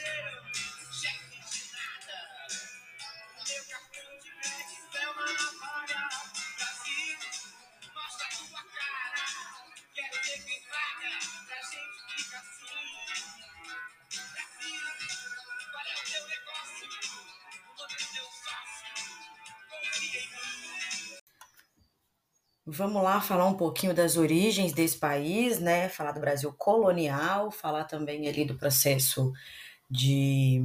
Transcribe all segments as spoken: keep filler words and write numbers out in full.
Vamos lá falar um pouquinho das origens desse país, né? Falar do Brasil colonial, falar também ali do processo de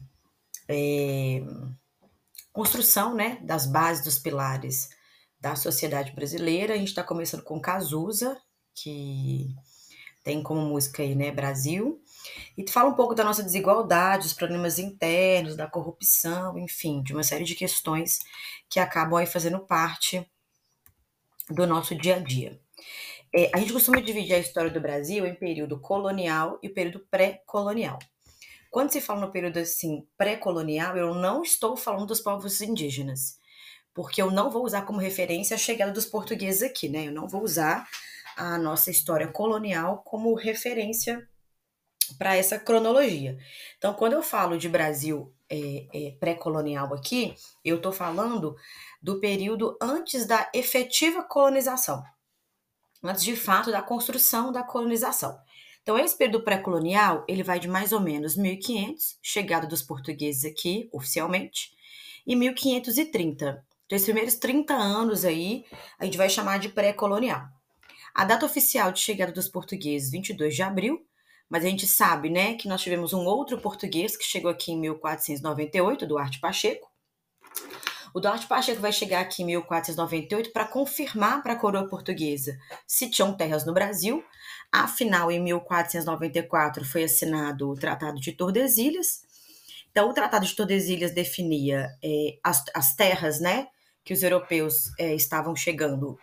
é, construção, né? Das bases, dos pilares da sociedade brasileira. A gente está começando com Cazuza, que tem como música aí, né? Brasil. E fala um pouco da nossa desigualdade, dos problemas internos, da corrupção, enfim, de uma série de questões que acabam aí fazendo parte do nosso dia a dia. É, a gente costuma dividir a história do Brasil em período colonial e período pré-colonial. Quando se fala no período assim pré-colonial, eu não estou falando dos povos indígenas, porque eu não vou usar como referência a chegada dos portugueses aqui, né? Eu não vou usar a nossa história colonial como referência para essa cronologia. Então, quando eu falo de Brasil é, é, pré-colonial aqui, eu estou falando do período antes da efetiva colonização, antes de fato da construção da colonização. Então, esse período pré-colonial, ele vai de mais ou menos mil e quinhentos, chegada dos portugueses aqui, oficialmente, e mil quinhentos e trinta. Então, esses primeiros trinta anos aí, a gente vai chamar de pré-colonial. A data oficial de chegada dos portugueses, vinte e dois de abril, mas a gente sabe, né, que nós tivemos um outro português que chegou aqui em mil quatrocentos e noventa e oito, Duarte Pacheco. O Duarte Pacheco vai chegar aqui em mil quatrocentos e noventa e oito para confirmar para a coroa portuguesa se tinham terras no Brasil. Afinal, em mil quatrocentos e noventa e quatro foi assinado o Tratado de Tordesilhas. Então, o Tratado de Tordesilhas definia é, as, as terras, né, que os europeus é, estavam chegando.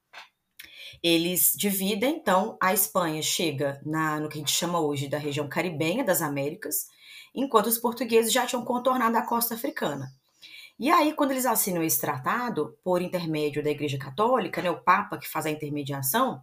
Eles dividem, então, a Espanha chega na, no que a gente chama hoje da região caribenha das Américas, enquanto os portugueses já tinham contornado a costa africana. E aí, quando eles assinam esse tratado, por intermédio da Igreja Católica, né, o Papa que faz a intermediação,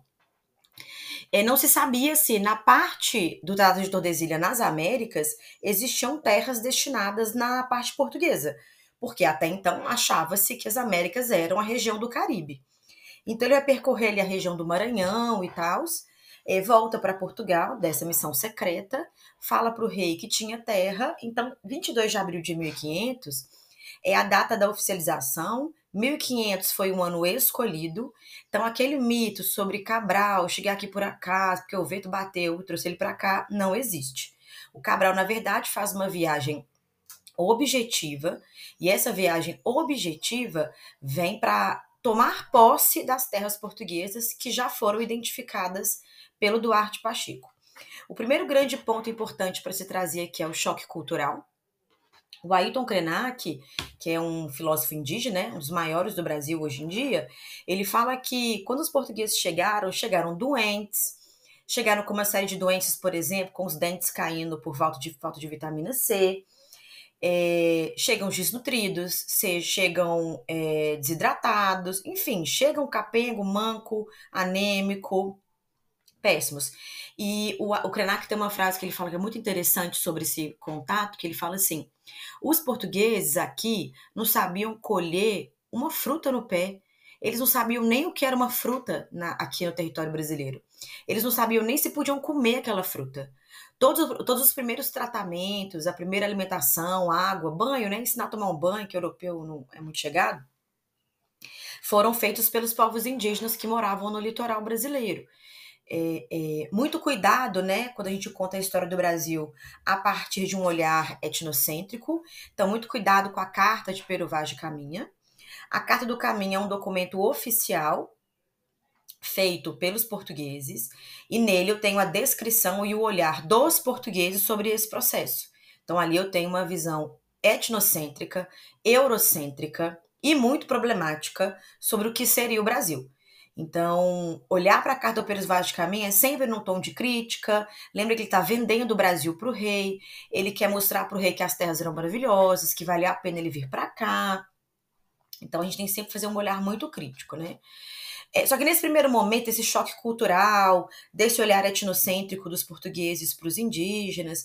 é, não se sabia se na parte do Tratado de Tordesilhas nas Américas existiam terras destinadas na parte portuguesa, porque até então achava-se que as Américas eram a região do Caribe. Então ele vai percorrer ali a região do Maranhão e tal, é, volta para Portugal, dessa missão secreta, fala para o rei que tinha terra. Então, vinte e dois de abril de mil e quinhentos é a data da oficialização. mil e quinhentos foi um ano escolhido. Então, aquele mito sobre Cabral chegar aqui por acaso, porque o vento bateu, trouxe ele para cá, não existe. O Cabral, na verdade, faz uma viagem objetiva, e essa viagem objetiva vem para tomar posse das terras portuguesas que já foram identificadas pelo Duarte Pacheco. O primeiro grande ponto importante para se trazer aqui é o choque cultural. O Ailton Krenak, que é um filósofo indígena, um dos maiores do Brasil hoje em dia, ele fala que quando os portugueses chegaram, chegaram doentes, chegaram com uma série de doenças, por exemplo, com os dentes caindo por falta de, falta de vitamina C, é, chegam desnutridos, se, chegam é, desidratados, enfim, chegam capengo, manco, anêmico, péssimos. E o, o Krenak tem uma frase que ele fala que é muito interessante sobre esse contato, que ele fala assim: os portugueses aqui não sabiam colher uma fruta no pé, eles não sabiam nem o que era uma fruta na, aqui no território brasileiro. Eles não sabiam nem se podiam comer aquela fruta. Todos, todos os primeiros tratamentos, a primeira alimentação, água, banho, né? Ensinar a tomar um banho, que o europeu não é muito chegado, foram feitos pelos povos indígenas que moravam no litoral brasileiro. É, é, muito cuidado, né, quando a gente conta a história do Brasil a partir de um olhar etnocêntrico. Então, muito cuidado com a Carta de Pero Vaz de Caminha. A Carta do Caminha é um documento oficial feito pelos portugueses, e nele eu tenho a descrição e o olhar dos portugueses sobre esse processo. Então ali eu tenho uma visão etnocêntrica, eurocêntrica e muito problemática sobre o que seria o Brasil. Então, olhar para a Carta do Pero Vaz de Caminha é sempre num tom de crítica. Lembra que ele está vendendo o Brasil para o rei, ele quer mostrar para o rei que as terras eram maravilhosas, que valia a pena ele vir para cá. Então a gente tem que sempre fazer um olhar muito crítico, né? É, só que nesse primeiro momento, esse choque cultural, desse olhar etnocêntrico dos portugueses para os indígenas,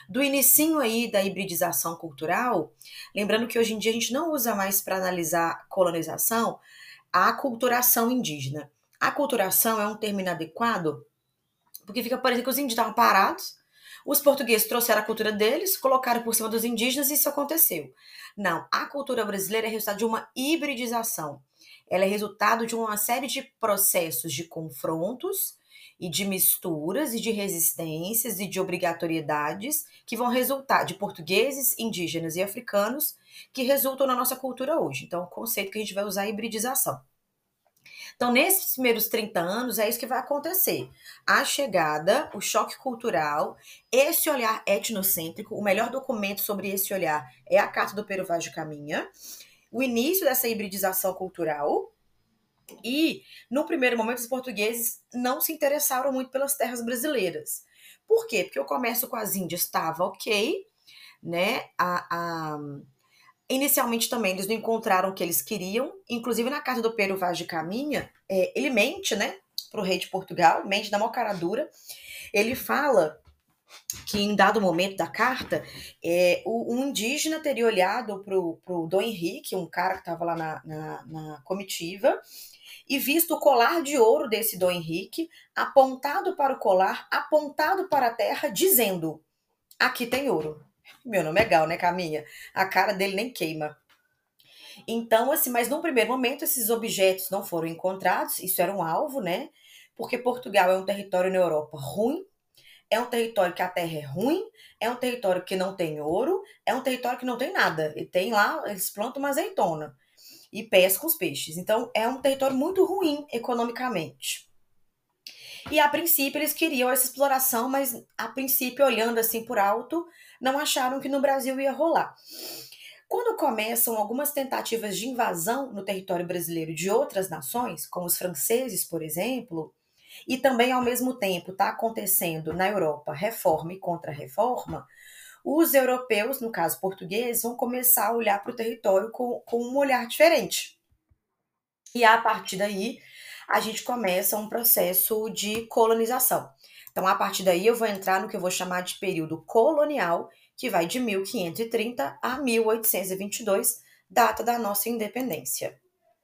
do inicinho aí da hibridização cultural, lembrando que hoje em dia a gente não usa mais para analisar colonização a aculturação indígena. Aculturação é um termo inadequado porque fica parecendo que os indígenas estavam parados, os portugueses trouxeram a cultura deles, colocaram por cima dos indígenas e isso aconteceu. Não, a cultura brasileira é resultado de uma hibridização. Ela é resultado de uma série de processos de confrontos e de misturas e de resistências e de obrigatoriedades que vão resultar de portugueses, indígenas e africanos que resultam na nossa cultura hoje. Então, o conceito que a gente vai usar é hibridização. Então, nesses primeiros trinta anos, é isso que vai acontecer. A chegada, o choque cultural, esse olhar etnocêntrico, o melhor documento sobre esse olhar é a Carta do Peru Vaz de Caminha, o início dessa hibridização cultural, e, no primeiro momento, os portugueses não se interessaram muito pelas terras brasileiras. Por quê? Porque o comércio com as Índias estava ok, né? A, a, inicialmente também eles não encontraram o que eles queriam, inclusive na carta do Pero Vaz de Caminha, é, ele mente, né, pro rei de Portugal, mente da maior cara dura, ele fala que em dado momento da carta, é, o, um indígena teria olhado pro, pro Dom Henrique, um cara que estava lá na, na, na comitiva, e visto o colar de ouro desse Dom Henrique, apontado para o colar, apontado para a terra, dizendo, aqui tem ouro. Meu nome é Gal, né, Caminha? A cara dele nem queima. Então, assim, mas num primeiro momento esses objetos não foram encontrados, isso era um alvo, né? Porque Portugal é um território na Europa ruim, é um território que a terra é ruim, é um território que não tem ouro, é um território que não tem nada. E tem lá, eles plantam uma azeitona e pescam os peixes. Então, é um território muito ruim economicamente. E a princípio eles queriam essa exploração, mas a princípio, olhando assim por alto, não acharam que no Brasil ia rolar. Quando começam algumas tentativas de invasão no território brasileiro de outras nações, como os franceses, por exemplo, e também ao mesmo tempo está acontecendo na Europa reforma e contra-reforma, os europeus, no caso portugueses, vão começar a olhar para o território com, com um olhar diferente. E a partir daí, a gente começa um processo de colonização. Então, a partir daí, eu vou entrar no que eu vou chamar de período colonial, que vai de mil quinhentos e trinta a mil oitocentos e vinte e dois, data da nossa independência.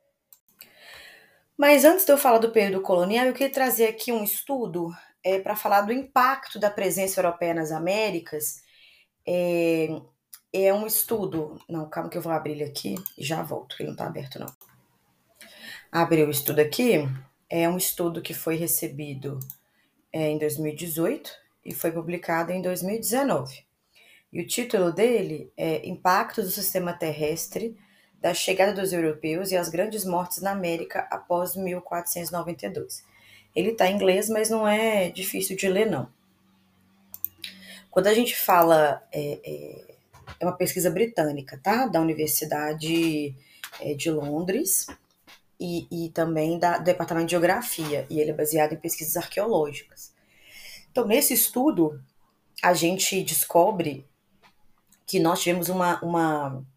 Mas antes de eu falar do período colonial, eu queria trazer aqui um estudo é, para falar do impacto da presença europeia nas Américas. É, é um estudo... Não, calma que eu vou abrir ele aqui e já volto, ele não está aberto não. Abri o estudo aqui. É um estudo que foi recebido é, em dois mil e dezoito e foi publicado em dois mil e dezenove. E o título dele é Impacto do Sistema Terrestre da Chegada dos Europeus e as Grandes Mortes na América após mil quatrocentos e noventa e dois. Ele está em inglês, mas não é difícil de ler, não. Quando a gente fala... É, é, é uma pesquisa britânica, tá? Da Universidade é, de Londres e, e também da, do Departamento de Geografia. E ele é baseado em pesquisas arqueológicas. Então, nesse estudo, a gente descobre que nós tivemos uma, uma,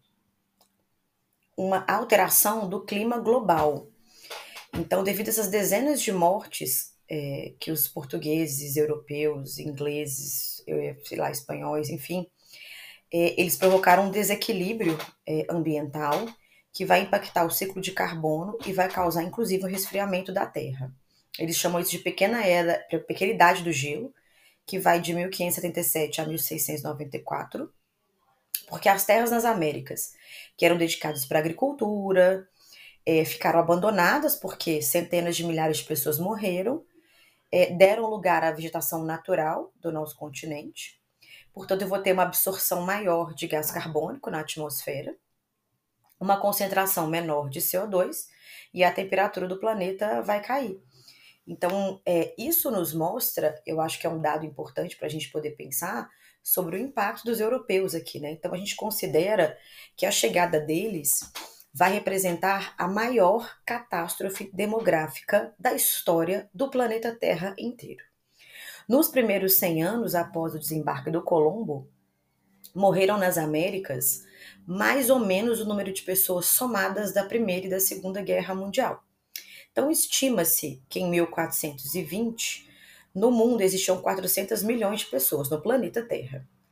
uma alteração do clima global. Então, devido a essas dezenas de mortes é, que os portugueses, europeus, ingleses, sei lá, espanhóis, enfim, é, eles provocaram um desequilíbrio é, ambiental que vai impactar o ciclo de carbono e vai causar, inclusive, o resfriamento da Terra. Eles chamam isso de pequena era, pequena idade do gelo, que vai de mil quinhentos e setenta e sete a mil seiscentos e noventa e quatro, porque as terras nas Américas, que eram dedicadas para a agricultura, é, ficaram abandonadas porque centenas de milhares de pessoas morreram, é, deram lugar à vegetação natural do nosso continente. Portanto, eu vou ter uma absorção maior de gás carbônico na atmosfera, uma concentração menor de C O dois e a temperatura do planeta vai cair. Então, é, isso nos mostra, eu acho que é um dado importante para a gente poder pensar sobre o impacto dos europeus aqui, né? Então, a gente considera que a chegada deles vai representar a maior catástrofe demográfica da história do planeta Terra inteiro. Nos primeiros cem anos após o desembarque do Colombo, morreram nas Américas mais ou menos o número de pessoas somadas da Primeira e da Segunda Guerra Mundial. Então, estima-se que em mil quatrocentos e vinte, no mundo existiam quatrocentos milhões de pessoas no planeta Terra.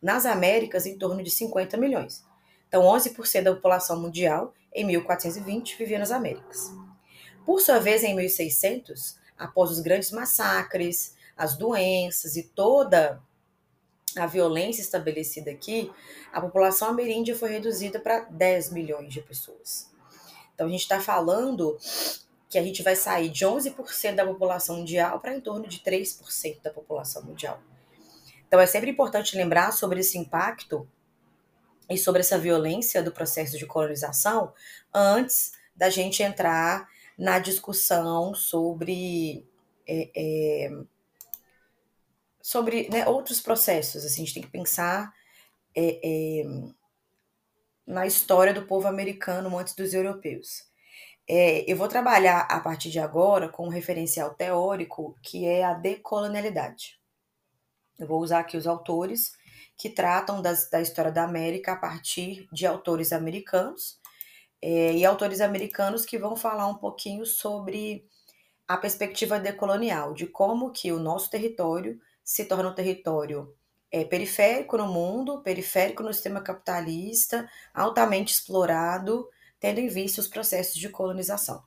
nas Américas, em torno de cinquenta milhões. Então, onze por cento da população mundial, em mil quatrocentos e vinte, vivia nas Américas. Por sua vez, em mil e seiscentos, após os grandes massacres, as doenças e toda a violência estabelecida aqui, a população ameríndia foi reduzida para dez milhões de pessoas. Então, a gente está falando que a gente vai sair de onze por cento da população mundial para em torno de três por cento da população mundial. Então, é sempre importante lembrar sobre esse impacto e sobre essa violência do processo de colonização antes da gente entrar na discussão sobre, é, é, sobre né, outros processos. Assim, a gente tem que pensar é, é, na história do povo americano antes dos europeus. É, eu vou trabalhar a partir de agora com um referencial teórico que é a decolonialidade. Eu vou usar aqui os autores que tratam das, da história da América a partir de autores americanos, é, e autores americanos que vão falar um pouquinho sobre a perspectiva decolonial, de como que o nosso território se torna um território é, periférico no mundo, periférico no sistema capitalista, altamente explorado, tendo em vista os processos de colonização.